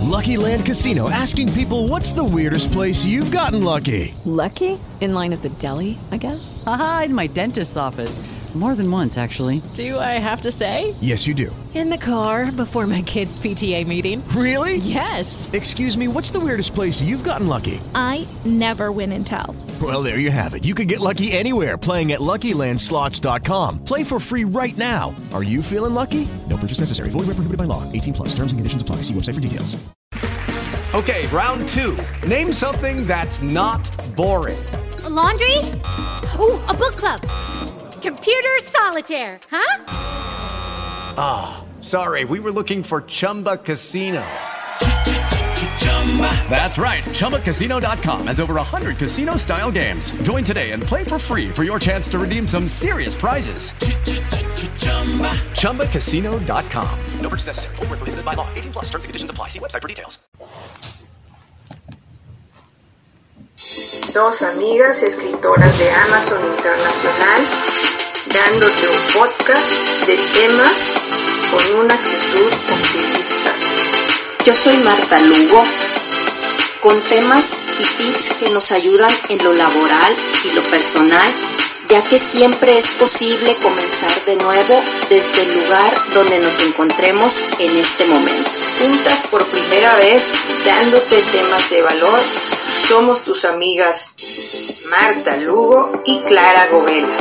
Lucky Land Casino, asking people, what's the weirdest place you've gotten lucky? Lucky? In line at the deli, I guess? Aha, in my dentist's office. More than once, actually. Do I have to say? Yes, you do. In the car before my kids' PTA meeting. Really? Yes. Excuse me, what's the weirdest place you've gotten lucky? I never win and tell. Well, there you have it. You can get lucky anywhere, playing at LuckyLandSlots.com. Play for free right now. Are you feeling lucky? No purchase necessary. Void where prohibited by law. 18 plus. Terms and conditions apply. See website for details. Okay, round two. Name something that's not boring. A laundry? Ooh, a book club. Computer solitaire, huh? Ah, sorry, we were looking for Chumba Casino. That's right, ChumbaCasino.com has over 100 casino-style games. Join today and play for free for your chance to redeem some serious prizes. ChumbaCasino.com. No purchase necessary. Void where prohibited by law. 18 plus. Terms and conditions apply. See website for details. Dos amigas escritoras de Amazon Internacional, dándote un podcast de temas con una actitud optimista. Yo soy Marta Lugo, con temas y tips que nos ayudan en lo laboral y lo personal, ya que siempre es posible comenzar de nuevo desde el lugar donde nos encontremos en este momento. Juntas por primera vez, dándote temas de valor, somos tus amigas Marta Lugo y Clara Govela.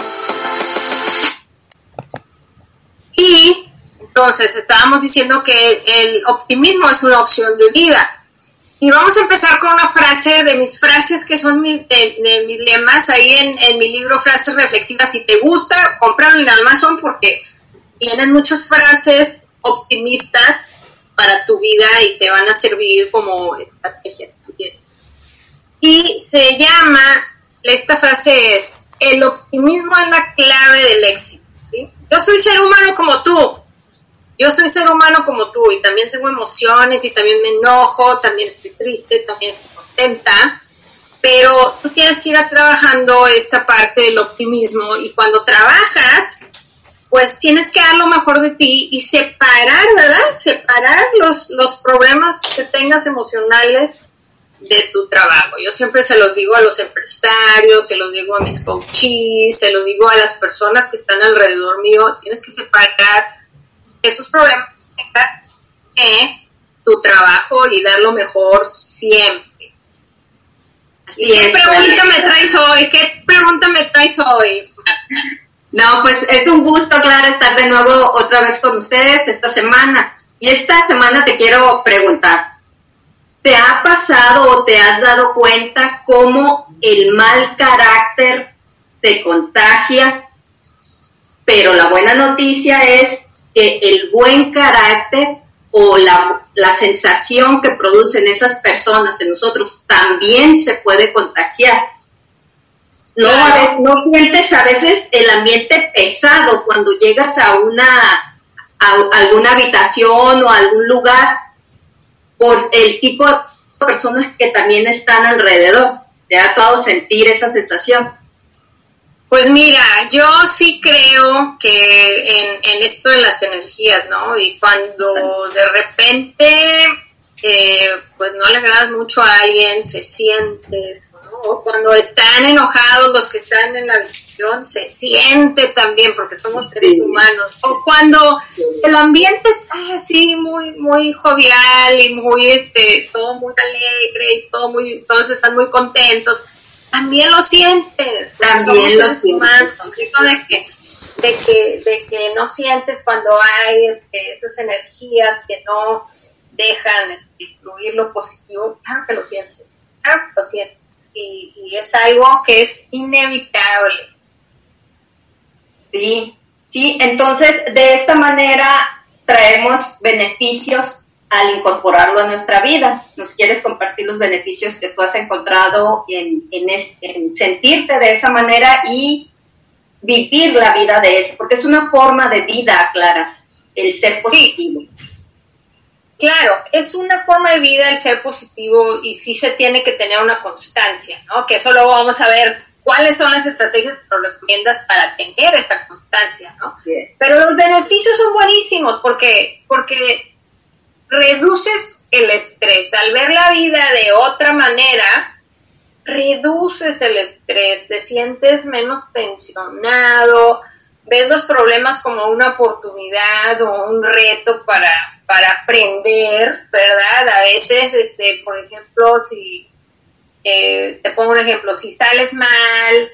Y entonces estábamos diciendo que el optimismo es una opción de vida. Y vamos a empezar con una frase de mis frases que son de mis lemas ahí en mi libro Frases Reflexivas. Si te gusta, cómpralo en Amazon porque tienen muchas frases optimistas para tu vida y te van a servir como estrategias también. Y se llama, esta frase es: el optimismo es la clave del éxito, ¿sí? Yo soy ser humano como tú. Yo soy ser humano como tú y también tengo emociones y también me enojo, también estoy triste, también estoy contenta, pero tú tienes que ir trabajando esta parte del optimismo y cuando trabajas, pues tienes que dar lo mejor de ti y separar, ¿verdad? Separar los problemas que tengas emocionales de tu trabajo. Yo siempre se los digo a los empresarios, se los digo a mis coaches, se los digo a las personas que están alrededor mío, tienes que separar esos problemas que tengas de tu trabajo y dar lo mejor siempre. ¿Y qué pregunta me traes hoy? ¿Qué pregunta me traes hoy? No, pues es un gusto, Clara, estar de nuevo otra vez con ustedes esta semana. Y esta semana te quiero preguntar, ¿te ha pasado o te has dado cuenta cómo el mal carácter te contagia? Pero la buena noticia es que el buen carácter o la sensación que producen esas personas en nosotros también se puede contagiar. No sientes a veces el ambiente pesado cuando llegas a alguna habitación o a algún lugar por el tipo de personas que también están alrededor. ¿Te ha tocado sentir esa sensación? Pues mira, yo sí creo que en esto de las energías, ¿no? Y cuando de repente pues no le agradas mucho a alguien, se siente eso, ¿no? O cuando están enojados los que están en la habitación, se siente también, porque somos seres humanos. O cuando el ambiente está así muy, muy jovial y muy, todo muy alegre y todos están muy contentos, también lo sientes. También somos seres humanos. Eso de que no sientes cuando hay esas energías que no dejan fluir lo positivo, claro que lo sientes, y es algo que es inevitable. Sí, entonces de esta manera traemos beneficios al incorporarlo a nuestra vida. ¿Nos quieres compartir los beneficios que tú has encontrado en sentirte de esa manera y vivir la vida de eso? Porque es una forma de vida, Clara, el ser positivo. Sí. Claro, es una forma de vida el ser positivo y sí se tiene que tener una constancia, ¿no? Que eso luego vamos a ver cuáles son las estrategias que nos recomiendas para tener esa constancia, ¿no? Yeah. Pero los beneficios son buenísimos porque reduces el estrés. Entonces, al ver la vida de otra manera, reduces el estrés, te sientes menos tensionado, ves los problemas como una oportunidad o un reto para aprender, ¿verdad? A veces, por ejemplo, si te pongo un ejemplo, si sales mal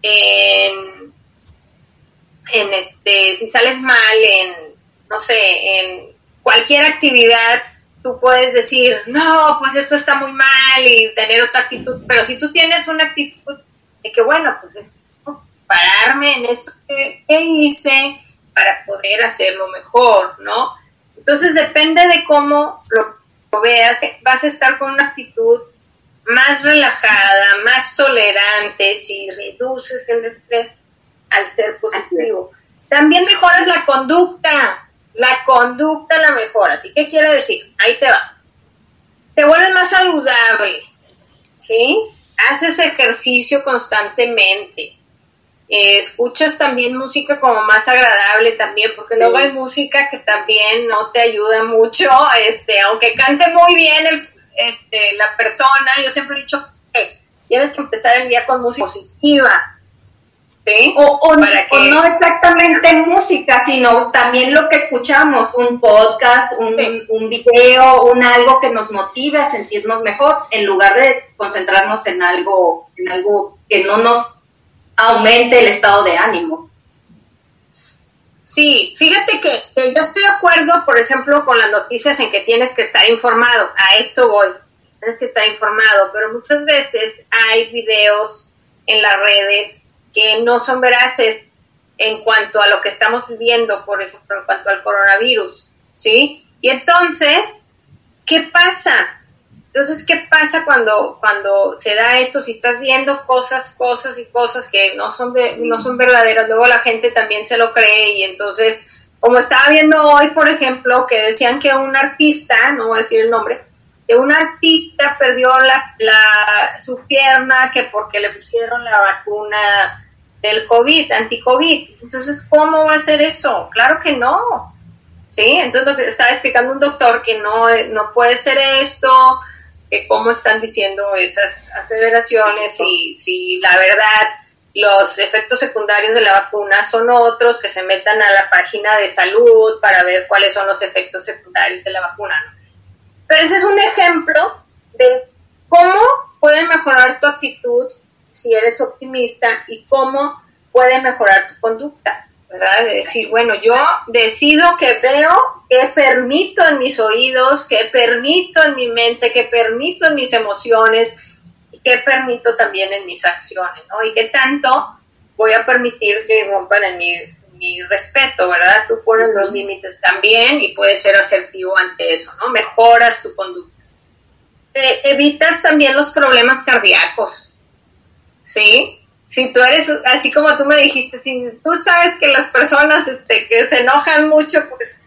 si sales mal no sé, en cualquier actividad, tú puedes decir, no, pues esto está muy mal y tener otra actitud, pero si tú tienes una actitud de que, bueno, pues es pararme en esto que hice para poder hacerlo mejor, ¿no? Entonces depende de cómo lo veas, vas a estar con una actitud más relajada, más tolerante, si reduces el estrés al ser positivo. También mejoras la conducta la mejoras. ¿Y qué quiere decir? Ahí te va. Te vuelves más saludable, ¿sí? Haces ejercicio constantemente. Escuchas también música como más agradable también, porque luego hay música que también no te ayuda mucho, aunque cante muy bien la persona. Yo siempre he dicho que tienes que empezar el día con música positiva, ¿sí? O no exactamente música, sino también lo que escuchamos, un podcast, un video, algo que nos motive a sentirnos mejor, en lugar de concentrarnos en algo que no nos aumente el estado de ánimo. Sí, fíjate que yo estoy de acuerdo, por ejemplo, con las noticias en que tienes que estar informado. A esto voy, tienes que estar informado, pero muchas veces hay videos en las redes que no son veraces en cuanto a lo que estamos viviendo, por ejemplo, en cuanto al coronavirus, ¿sí? Y entonces, ¿qué pasa? Entonces, ¿qué pasa cuando se da esto? Si estás viendo cosas que no son verdaderas, luego la gente también se lo cree, y entonces, como estaba viendo hoy, por ejemplo, que decían que un artista, no voy a decir el nombre, que un artista perdió su pierna que porque le pusieron la vacuna del COVID, anti-COVID. Entonces, ¿cómo va a ser eso? Claro que no, ¿sí? Entonces, lo que estaba explicando un doctor, que no puede ser esto, que cómo están diciendo esas aseveraciones, y si la verdad los efectos secundarios de la vacuna son otros, que se metan a la página de salud para ver cuáles son los efectos secundarios de la vacuna, ¿no? Pero ese es un ejemplo de cómo puede mejorar tu actitud si eres optimista, y cómo puede mejorar tu conducta, ¿verdad? De decir, bueno, yo decido que veo, que permito en mis oídos, que permito en mi mente, que permito en mis emociones, y que permito también en mis acciones, ¿no? Y qué tanto voy a permitir que rompan en mi respeto, ¿verdad? Tú pones los límites también y puedes ser asertivo ante eso, ¿no? Mejoras tu conducta. Evitas también los problemas cardíacos, ¿sí? Si tú eres, así como tú me dijiste, si tú sabes que las personas que se enojan mucho, pues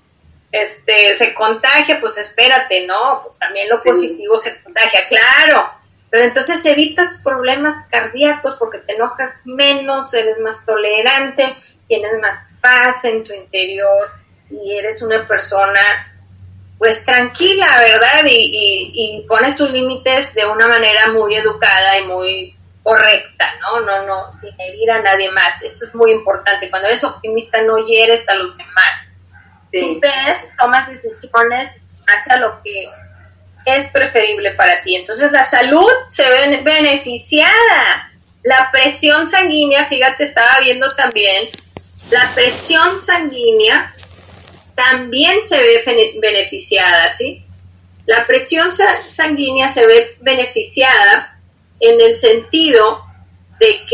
se contagia, pues espérate, ¿no? Pues también lo positivo se contagia, claro. Pero entonces evitas problemas cardíacos porque te enojas menos, eres más tolerante, tienes más paz en tu interior y eres una persona pues tranquila, ¿verdad? Y pones tus límites de una manera muy educada y muy correcta, no, sin herir a nadie más. Esto es muy importante. Cuando eres optimista no hieres a los demás. Sí. Tú ves, tomas decisiones hacia lo que es preferible para ti. Entonces la salud se ve beneficiada. La presión sanguínea, fíjate, estaba viendo también, la presión sanguínea también se ve beneficiada, ¿sí? La presión sanguínea se ve beneficiada en el sentido de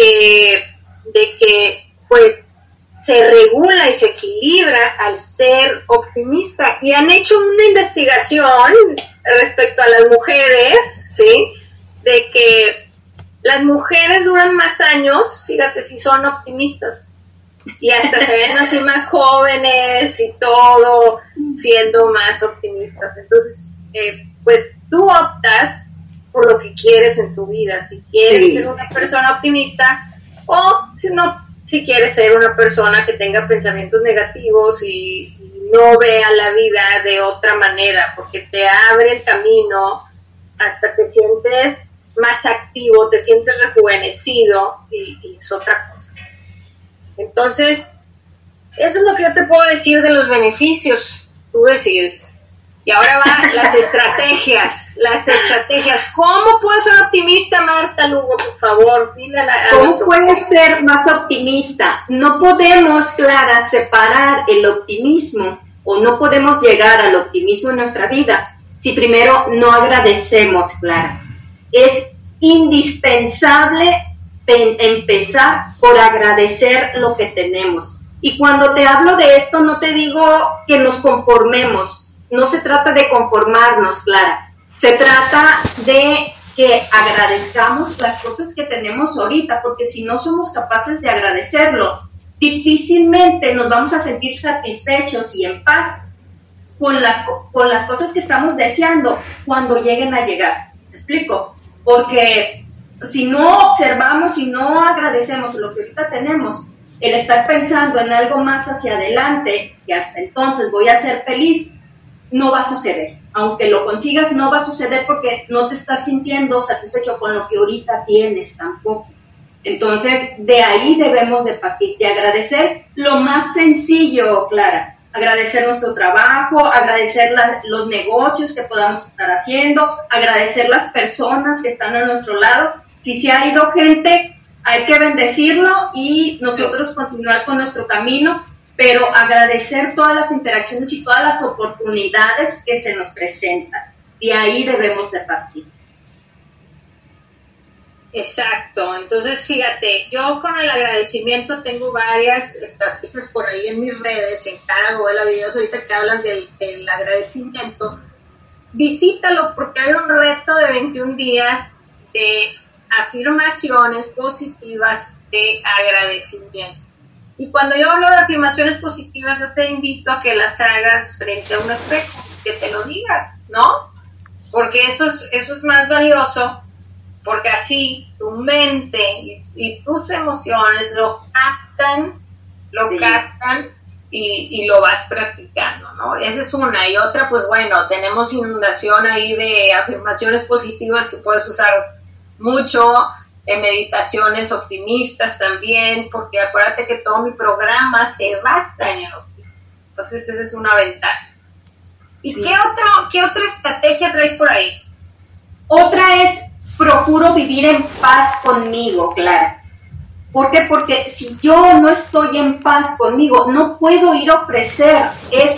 que pues se regula y se equilibra al ser optimista. Y han hecho una investigación respecto a las mujeres, ¿sí? De que las mujeres duran más años, fíjate, si son optimistas. Y hasta se ven así más jóvenes y todo, siendo más optimistas. Entonces, pues tú optas por lo que quieres en tu vida. Si quieres ser una persona optimista, o si quieres ser una persona que tenga pensamientos negativos y no vea la vida de otra manera, porque te abre el camino, hasta te sientes más activo, te sientes rejuvenecido y es otra cosa. Entonces, eso es lo que yo te puedo decir de los beneficios. Tú decides. Y ahora van las estrategias. ¿Cómo puedo ser optimista, Marta Lugo? Por favor, dile a ¿Cómo puedes ser más optimista? No podemos, Clara, separar el optimismo o no podemos llegar al optimismo en nuestra vida si primero no agradecemos, Clara. Es indispensable empezar por agradecer lo que tenemos. Y cuando te hablo de esto, no te digo que nos conformemos. No se trata de conformarnos, Clara. Se trata de que agradezcamos las cosas que tenemos ahorita, porque si no somos capaces de agradecerlo, difícilmente nos vamos a sentir satisfechos y en paz con las cosas que estamos deseando cuando lleguen a llegar. ¿Me explico? Porque si no observamos, si no agradecemos lo que ahorita tenemos, el estar pensando en algo más hacia adelante, que hasta entonces voy a ser feliz, no va a suceder. Aunque lo consigas, no va a suceder porque no te estás sintiendo satisfecho con lo que ahorita tienes tampoco. Entonces, de ahí debemos de partir, de agradecer lo más sencillo, Clara. Agradecer nuestro trabajo, agradecer los negocios que podamos estar haciendo, agradecer las personas que están a nuestro lado. Si se ha ido gente, hay que bendecirlo y nosotros continuar con nuestro camino, pero agradecer todas las interacciones y todas las oportunidades que se nos presentan. De ahí debemos de partir. Exacto. Entonces, fíjate, yo con el agradecimiento tengo varias estrategias por ahí en mis redes, en Cara Goela Videos, ahorita que hablan del agradecimiento. Visítalo porque hay un reto de 21 días de afirmaciones positivas de agradecimiento. Y cuando yo hablo de afirmaciones positivas, yo te invito a que las hagas frente a un espejo, que te lo digas, ¿no? Porque eso es más valioso, porque así tu mente y tus emociones lo captan y lo vas practicando, ¿no? Esa es una. Y otra, pues bueno, tenemos inundación ahí de afirmaciones positivas que puedes usar mucho, en meditaciones optimistas también, porque acuérdate que todo mi programa se basa en el optimismo. Entonces esa es una ventaja. ¿Y sí, qué otra estrategia traes por ahí? Otra es, procuro vivir en paz conmigo, Clara. ¿Por qué? Porque si yo no estoy en paz conmigo, no puedo ir a ofrecerle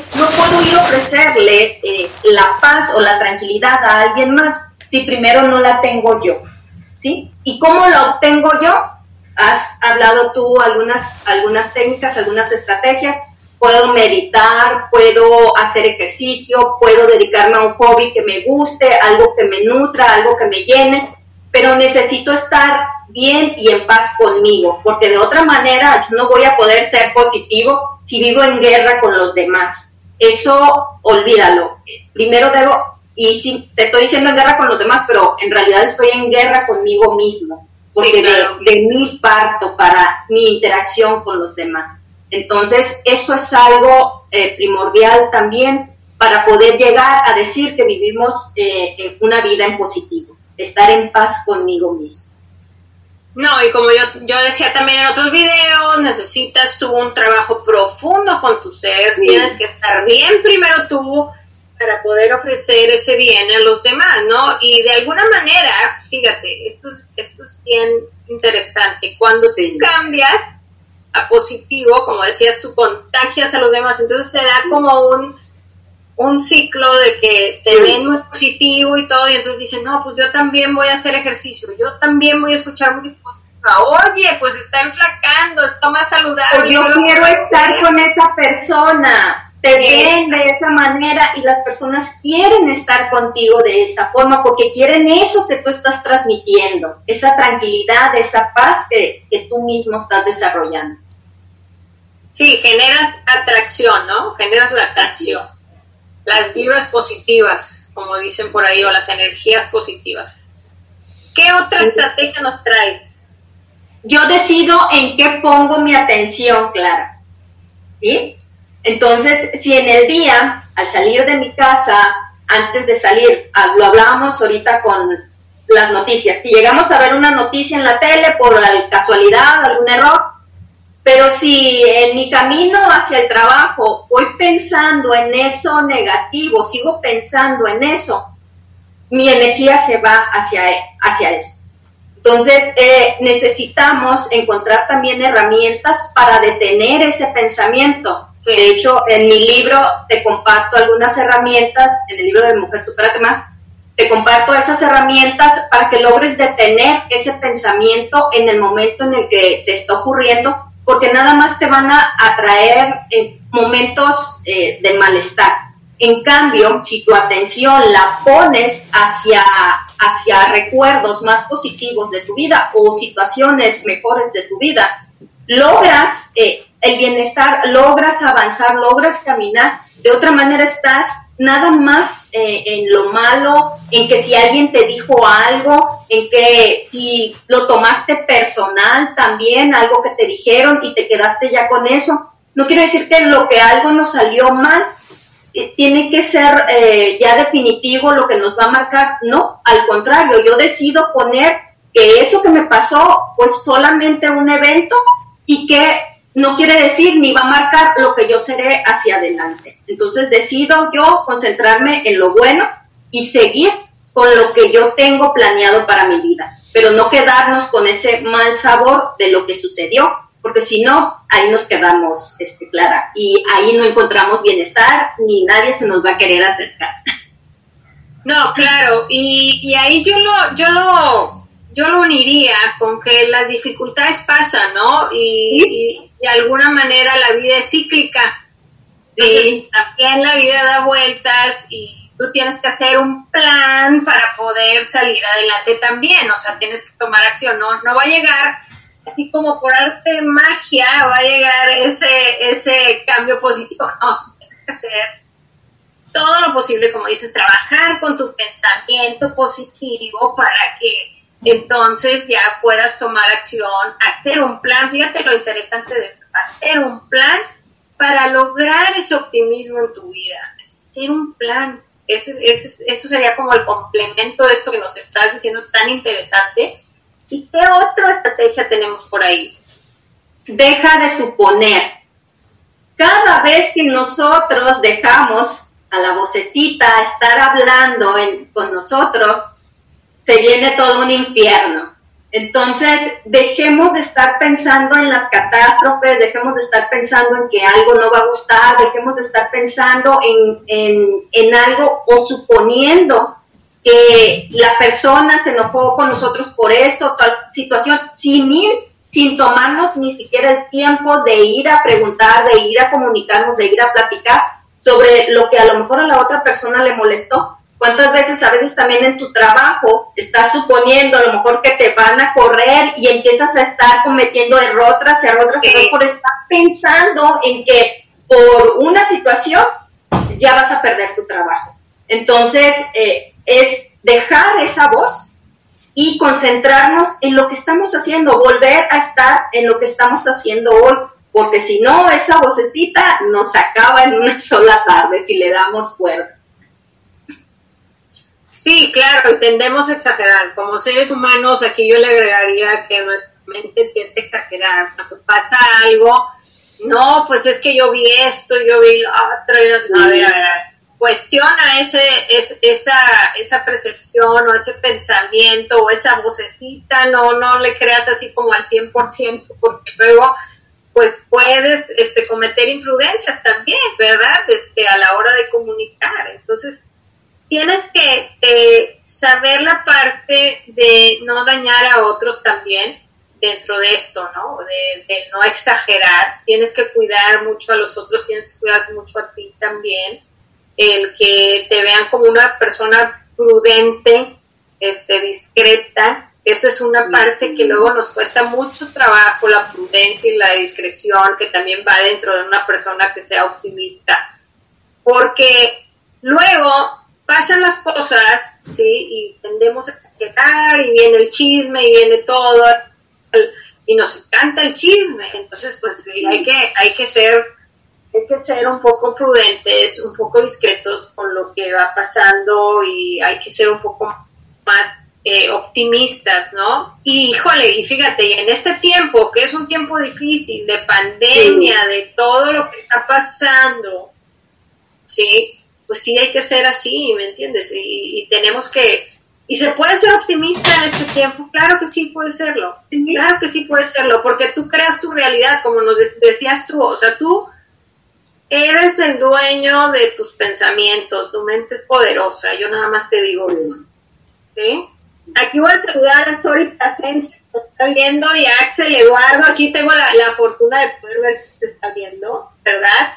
la paz o la tranquilidad a alguien más si primero no la tengo yo. ¿Sí? ¿Y cómo lo obtengo yo? Has hablado tú algunas técnicas, algunas estrategias. Puedo meditar, puedo hacer ejercicio, puedo dedicarme a un hobby que me guste, algo que me nutra, algo que me llene, pero necesito estar bien y en paz conmigo, porque de otra manera yo no voy a poder ser positivo si vivo en guerra con los demás. Eso, olvídalo. Primero y sí, te estoy diciendo en guerra con los demás, pero en realidad estoy en guerra conmigo mismo, porque sí, claro, de mí parto para mi interacción con los demás. Entonces, eso es algo primordial también para poder llegar a decir que vivimos una vida en positivo, estar en paz conmigo mismo. No, y como yo decía también en otros videos, necesitas tú un trabajo profundo con tu ser, sí, tienes que estar bien primero tú, para poder ofrecer ese bien a los demás, ¿no? Y de alguna manera, fíjate, esto es bien interesante, cuando tú cambias a positivo, como decías, tú contagias a los demás, entonces se da como un ciclo de que te ven muy positivo y todo, y entonces dicen, no, pues yo también voy a hacer ejercicio, yo también voy a escuchar música positiva, oye, pues está enflacando, está más saludable. Yo quiero estar con esa persona. Te ven de esa manera y las personas quieren estar contigo de esa forma porque quieren eso que tú estás transmitiendo, esa tranquilidad, esa paz que tú mismo estás desarrollando. Sí, generas atracción, ¿no? Generas la atracción. Las vibras positivas, como dicen por ahí, o las energías positivas. ¿Qué otra estrategia nos traes? Yo decido en qué pongo mi atención, Clara. ¿Sí? Entonces, si en el día, al salir de mi casa, antes de salir, lo hablábamos ahorita con las noticias, si llegamos a ver una noticia en la tele por casualidad, algún error, pero si en mi camino hacia el trabajo voy pensando en eso negativo, sigo pensando en eso, mi energía se va hacia eso. Entonces, necesitamos encontrar también herramientas para detener ese pensamiento. Sí. De hecho, en mi libro te comparto algunas herramientas, en el libro de Mujer Supérate Más, te comparto esas herramientas para que logres detener ese pensamiento en el momento en el que te está ocurriendo, porque nada más te van a atraer momentos de malestar. En cambio, si tu atención la pones hacia recuerdos más positivos de tu vida o situaciones mejores de tu vida, logras el bienestar, logras avanzar, logras caminar. De otra manera estás nada más en lo malo, en que si alguien te dijo algo, en que si lo tomaste personal también, algo que te dijeron y te quedaste ya con eso. No quiere decir que lo que algo nos salió mal tiene que ser ya definitivo lo que nos va a marcar. No, al contrario, yo decido poner que eso que me pasó pues solamente un evento y que no quiere decir ni va a marcar lo que yo seré hacia adelante. Entonces decido yo concentrarme en lo bueno y seguir con lo que yo tengo planeado para mi vida, pero no quedarnos con ese mal sabor de lo que sucedió, porque si no, ahí nos quedamos, Clara, y ahí no encontramos bienestar, ni nadie se nos va a querer acercar. No, claro, y ahí yo lo uniría con que las dificultades pasan, ¿no? Y de alguna manera la vida es cíclica. Entonces, también la vida da vueltas y tú tienes que hacer un plan para poder salir adelante también. O sea, tienes que tomar acción. No va a llegar así como por arte de magia, va a llegar ese cambio positivo. No, tú tienes que hacer todo lo posible, como dices, trabajar con tu pensamiento positivo para que entonces ya puedas tomar acción, hacer un plan. Fíjate lo interesante de esto, hacer un plan para lograr ese optimismo en tu vida, hacer un plan. Eso sería como el complemento de esto que nos estás diciendo tan interesante. ¿Y qué otra estrategia tenemos por ahí? Deja de suponer. Cada vez que nosotros dejamos a la vocecita estar hablando con nosotros, se viene todo un infierno. Entonces, dejemos de estar pensando en las catástrofes, dejemos de estar pensando en que algo no va a gustar, dejemos de estar pensando en algo o suponiendo que la persona se enojó con nosotros por esto, tal situación, sin tomarnos ni siquiera el tiempo de ir a preguntar, de ir a comunicarnos, de ir a platicar sobre lo que a lo mejor a la otra persona le molestó. ¿Cuántas veces, a veces también en tu trabajo, estás suponiendo a lo mejor que te van a correr y empiezas a estar cometiendo error tras error por estar pensando en que por una situación ya vas a perder tu trabajo? Entonces, es dejar esa voz y concentrarnos en lo que estamos haciendo, volver a estar en lo que estamos haciendo hoy, porque si no, esa vocecita nos acaba en una sola tarde si le damos cuerda. Sí, claro, tendemos a exagerar. Como seres humanos, aquí yo le agregaría que nuestra mente tiende a exagerar. Cuando pasa algo, no, pues es que yo vi esto, yo vi lo otro. A ver. Cuestiona esa percepción o ese pensamiento o esa vocecita, no le creas así como al 100%, porque luego pues puedes cometer imprudencias también, ¿verdad? A la hora de comunicar. Entonces, tienes que saber la parte de no dañar a otros también dentro de esto, ¿no? De no exagerar. Tienes que cuidar mucho a los otros, tienes que cuidar mucho a ti también. El que te vean como una persona prudente, discreta. Esa es una parte que luego nos cuesta mucho trabajo, la prudencia y la discreción, que también va dentro de una persona que sea optimista. Porque luego pasan las cosas, ¿sí? Y tendemos a exagerar, y viene el chisme, y viene todo, y nos encanta el chisme. Entonces, pues sí, hay que ser hay que ser un poco prudentes, un poco discretos con lo que va pasando y hay que ser un poco más optimistas, ¿no? Y híjole, y fíjate, y en este tiempo, que es un tiempo difícil, de pandemia, de todo lo que está pasando, ¿sí? Pues sí hay que ser así, ¿me entiendes? Y tenemos que... ¿Y se puede ser optimista en este tiempo? Claro que sí puede serlo, claro que sí puede serlo, porque tú creas tu realidad, como nos decías tú, o sea, tú eres el dueño de tus pensamientos, tu mente es poderosa, yo nada más te digo eso, ¿sí? Aquí voy a saludar a Sori Plasencia, que está viendo, y a Axel Eduardo. Aquí tengo la fortuna de poder ver que te está viendo, ¿verdad?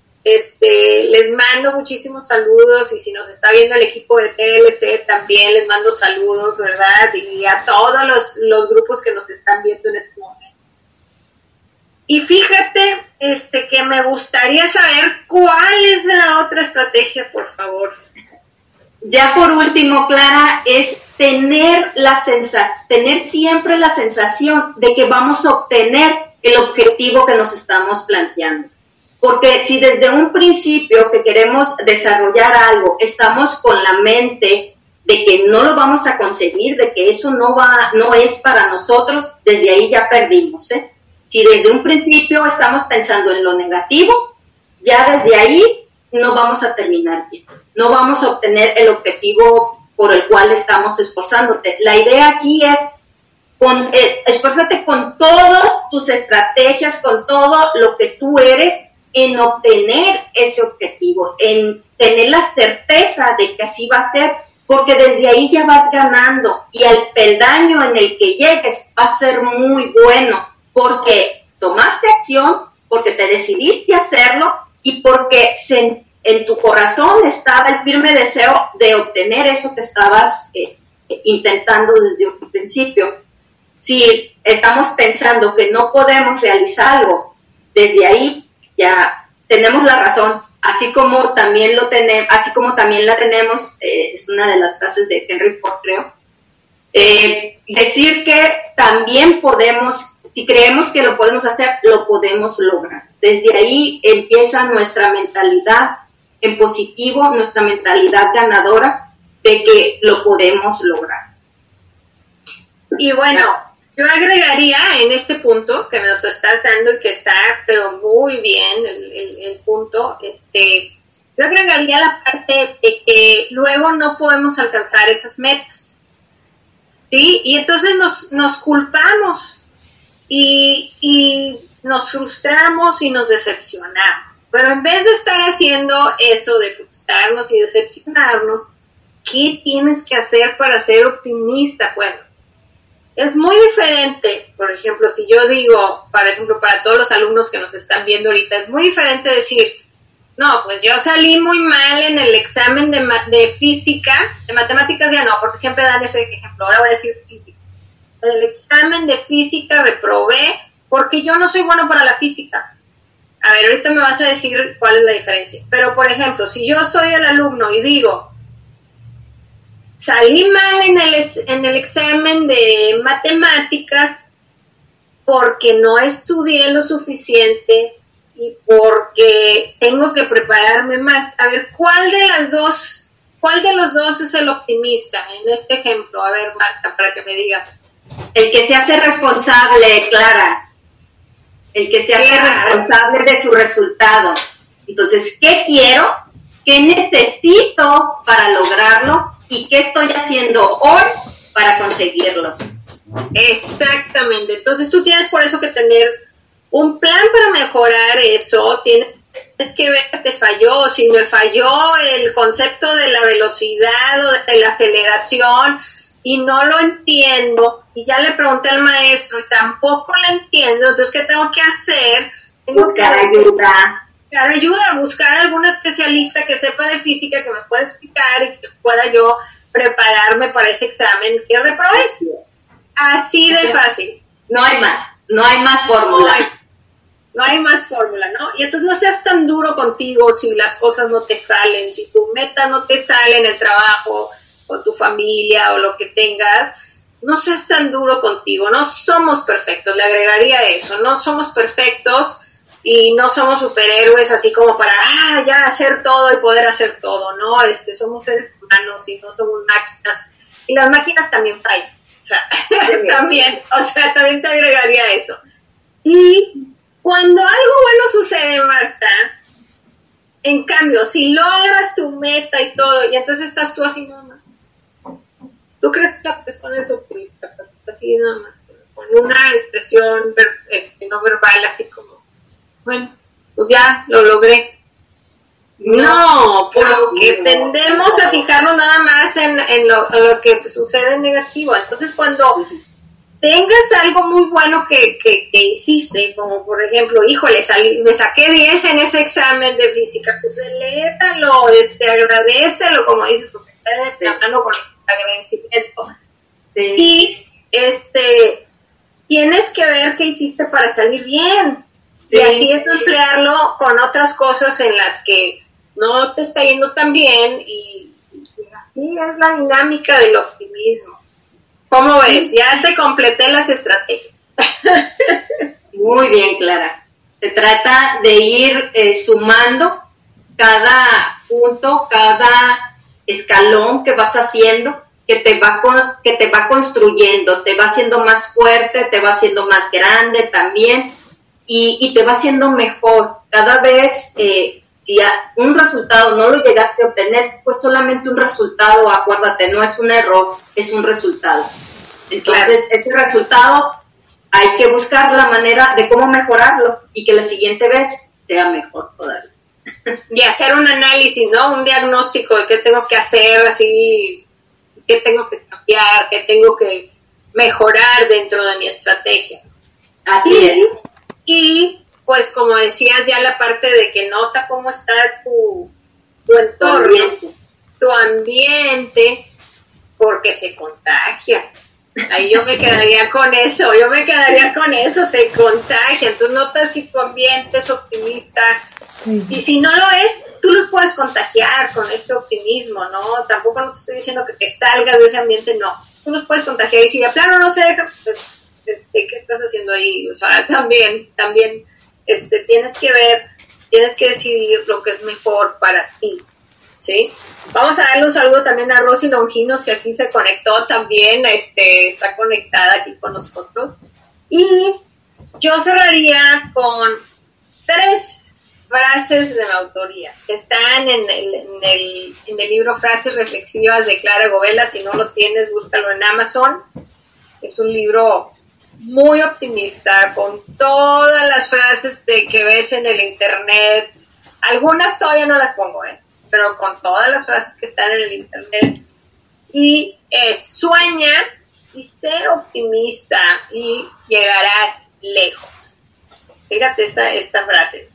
Les mando muchísimos saludos, y si nos está viendo el equipo de TLC también les mando saludos, ¿verdad? Y a todos los grupos que nos están viendo en este momento. Y fíjate que me gustaría saber cuál es la otra estrategia, por favor. Ya por último, Clara, es tener siempre la sensación de que vamos a obtener el objetivo que nos estamos planteando. Porque si desde un principio que queremos desarrollar algo, estamos con la mente de que no lo vamos a conseguir, de que eso no es para nosotros, desde ahí ya perdimos, ¿eh? Si desde un principio estamos pensando en lo negativo, ya desde ahí no vamos a terminar bien. No vamos a obtener el objetivo por el cual estamos esforzándote. La idea aquí es esfuérzate con todas tus estrategias, con todo lo que tú eres, en obtener ese objetivo, en tener la certeza de que así va a ser, porque desde ahí ya vas ganando y el peldaño en el que llegues va a ser muy bueno, porque tomaste acción, porque te decidiste hacerlo y porque en tu corazón estaba el firme deseo de obtener eso que estabas intentando desde un principio. Si estamos pensando que no podemos realizar algo, desde ahí ya tenemos la razón, así como también la tenemos, es una de las frases de Henry Ford, creo, decir que también podemos, si creemos que lo podemos hacer, lo podemos lograr. Desde ahí empieza nuestra mentalidad en positivo, nuestra mentalidad ganadora de que lo podemos lograr. Y bueno, yo agregaría en este punto que nos estás dando y que está pero muy bien el punto, yo agregaría la parte de que luego no podemos alcanzar esas metas, ¿sí? Y entonces nos culpamos y nos frustramos y nos decepcionamos. Pero en vez de estar haciendo eso de frustrarnos y decepcionarnos, ¿qué tienes que hacer para ser optimista? Bueno, es muy diferente, por ejemplo, si yo digo, por ejemplo, para todos los alumnos que nos están viendo ahorita, es muy diferente decir, no, pues yo salí muy mal en el examen de física, de matemáticas ya no, porque siempre dan ese ejemplo, ahora voy a decir física. En el examen de física reprobé porque yo no soy bueno para la física. A ver, ahorita me vas a decir cuál es la diferencia. Pero, por ejemplo, si yo soy el alumno y digo, salí mal en el examen de matemáticas porque no estudié lo suficiente y porque tengo que prepararme más. A ver, ¿cuál de los dos es el optimista en este ejemplo? A ver, Marta, para que me digas. El que se hace responsable, Clara. El que se hace responsable de su resultado. Entonces, ¿qué quiero? ¿Qué necesito para lograrlo? ¿Y qué estoy haciendo hoy para conseguirlo? Exactamente. Entonces, tú tienes por eso que tener un plan para mejorar eso. Tienes que ver que te falló. Si me falló el concepto de la velocidad o de la aceleración y no lo entiendo, y ya le pregunté al maestro y tampoco lo entiendo, entonces, ¿qué tengo que hacer? Buscar ayuda, buscar algún especialista que sepa de física, que me pueda explicar y que pueda yo prepararme para ese examen que reprobé. Así de fácil. No hay más fórmula. No hay más fórmula, ¿no? Y entonces no seas tan duro contigo si las cosas no te salen, si tu meta no te sale en el trabajo, con tu familia o lo que tengas, no seas tan duro contigo. No somos perfectos, le agregaría eso, no somos perfectos y no somos superhéroes así como para ya hacer todo y poder hacer todo, ¿no? Somos seres humanos y no somos máquinas, y las máquinas también fallan, o sea, también te agregaría eso. Y cuando algo bueno sucede, Marta, en cambio, si logras tu meta y todo, y entonces estás tú así nada más, tú crees que la persona es optimista, pero así nada más, con una expresión no verbal, así como, bueno, pues ya lo logré. No, porque tendemos a fijarnos nada más en lo que sucede en negativo. Entonces, cuando tengas algo muy bueno que hiciste, como por ejemplo, híjole, me saqué 10 en ese examen de física, pues celébralo, agradécelo, como dices, porque está de la mano con el agradecimiento. Sí. Y tienes que ver qué hiciste para salir bien. Sí. Y así es emplearlo con otras cosas en las que no te está yendo tan bien, y así es la dinámica del optimismo. ¿Cómo ves? Ya te completé las estrategias. Muy bien, Clara. Se trata de ir sumando cada punto, cada escalón que vas haciendo, que te va construyendo, te va haciendo más fuerte, te va haciendo más grande también, y te va haciendo mejor. Cada vez, si un resultado no lo llegaste a obtener, pues solamente un resultado, acuérdate, no es un error, es un resultado. Entonces, ese resultado hay que buscar la manera de cómo mejorarlo, y que la siguiente vez sea mejor todavía. Y hacer un análisis, ¿no? Un diagnóstico de qué tengo que hacer, así, qué tengo que cambiar, qué tengo que mejorar dentro de mi estrategia. Así es. Y pues como decías, ya la parte de que nota cómo está tu entorno, tu ambiente, porque se contagia. Ahí yo me quedaría con eso, se contagia. Entonces nota si tu ambiente es optimista, y si no lo es, tú los puedes contagiar con este optimismo, ¿no? Tampoco no te estoy diciendo que te salgas de ese ambiente, no. Tú los puedes contagiar, y si de plano no se deja, pues, ¿qué estás haciendo ahí? O sea, también tienes que ver, tienes que decidir lo que es mejor para ti, ¿sí? Vamos a darle un saludo también a Rosy Longinos, que aquí se conectó también, está conectada aquí con nosotros. Y yo cerraría con 3 frases de la autoría que están en el libro Frases Reflexivas de Clara Govela. Si no lo tienes, búscalo en Amazon. Es un libro muy optimista, con todas las frases que ves en el internet. Algunas todavía no las pongo, pero con todas las frases que están en el internet. Y sueña y sé optimista y llegarás lejos. Fíjate esta frase.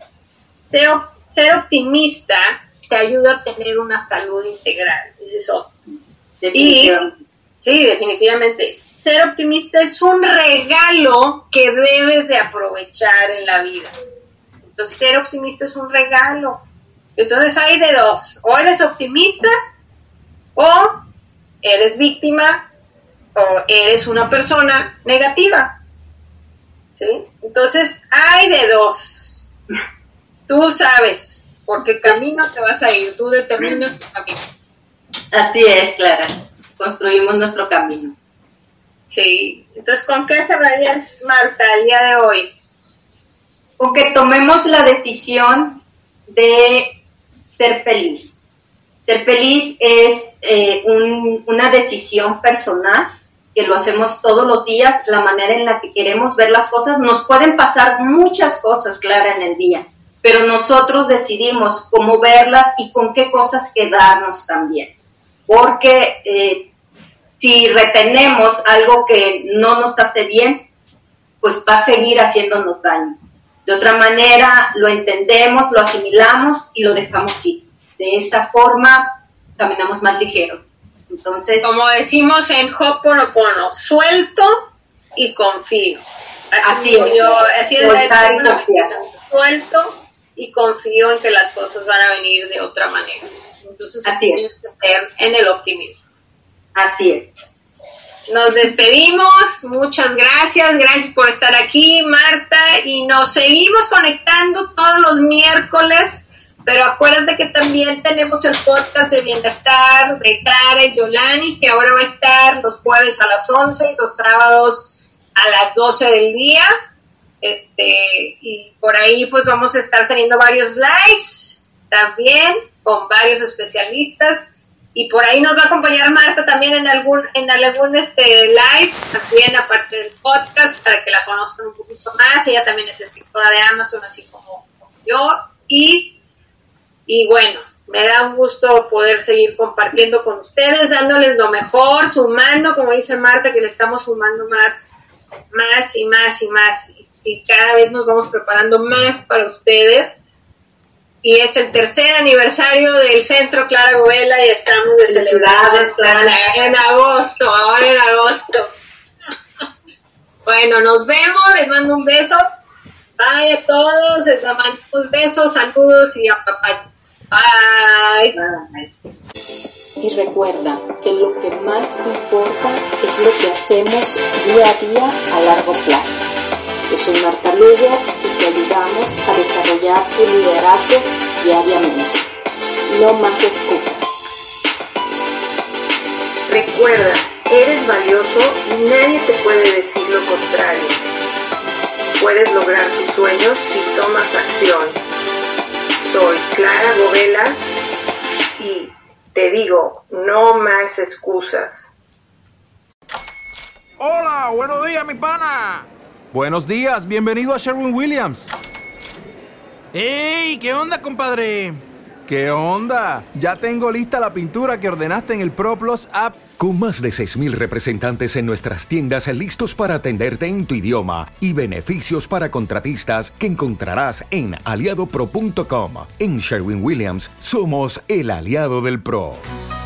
Ser optimista te ayuda a tener una salud integral. Es eso. Definitivamente. Sí, definitivamente. Ser optimista es un regalo que debes de aprovechar en la vida. Entonces, ser optimista es un regalo. Entonces hay de dos: o eres optimista, o eres víctima, o eres una persona negativa, ¿sí? Entonces hay de dos. Tú sabes por qué camino te vas a ir, tú determinas tu camino. Así es, Clara, construimos nuestro camino. Sí, entonces ¿con qué cerrarías, Marta, el día de hoy? Con que tomemos la decisión de ser feliz. Ser feliz es una decisión personal, que lo hacemos todos los días, la manera en la que queremos ver las cosas. Nos pueden pasar muchas cosas, Clara, en el día, pero nosotros decidimos cómo verlas y con qué cosas quedarnos también. Porque si retenemos algo que no nos hace bien, pues va a seguir haciéndonos daño. De otra manera, lo entendemos, lo asimilamos y lo dejamos ir. De esa forma, caminamos más ligero. Entonces, como decimos en Ho'oponopono, suelto y confío. Así es suelto y confío en que las cosas van a venir de otra manera. Entonces, así tienes que estar en el optimismo. Así es. nos despedimos. Muchas gracias. Gracias por estar aquí, Marta. Y nos seguimos conectando todos los miércoles. Pero acuérdate que también tenemos el podcast de Bienestar de Clara y Yolani, que ahora va a estar los jueves a las 11 y los sábados a las 12 del día. Y por ahí pues vamos a estar teniendo varios lives también con varios especialistas. Y por ahí nos va a acompañar Marta también en algún live, también aparte del podcast, para que la conozcan un poquito más. Ella también es escritora de Amazon, así como yo. Y bueno, me da un gusto poder seguir compartiendo con ustedes, dándoles lo mejor, sumando, como dice Marta, que le estamos sumando más y más. Y cada vez nos vamos preparando más para ustedes. Y es el 3er aniversario del Centro Clara Govela y estamos de celebración en agosto, ahora en agosto. Bueno, nos vemos, les mando un beso. Bye a todos, les mando besos, saludos y apapachos. Bye. Y recuerda que lo que más importa es lo que hacemos día a día a largo plazo. Yo soy Marta Lugo y te ayudamos a desarrollar tu liderazgo diariamente. No más excusas. Recuerda, eres valioso y nadie te puede decir lo contrario. Puedes lograr tus sueños si tomas acción. Soy Clara Govela y te digo, no más excusas. Hola, buenos días, mi pana. Buenos días, bienvenido a Sherwin-Williams. ¡Ey! ¿Qué onda, compadre? ¿Qué onda? Ya tengo lista la pintura que ordenaste en el ProPlus app. Con más de 6,000 representantes en nuestras tiendas listos para atenderte en tu idioma y beneficios para contratistas que encontrarás en aliadopro.com. En Sherwin-Williams somos el aliado del pro.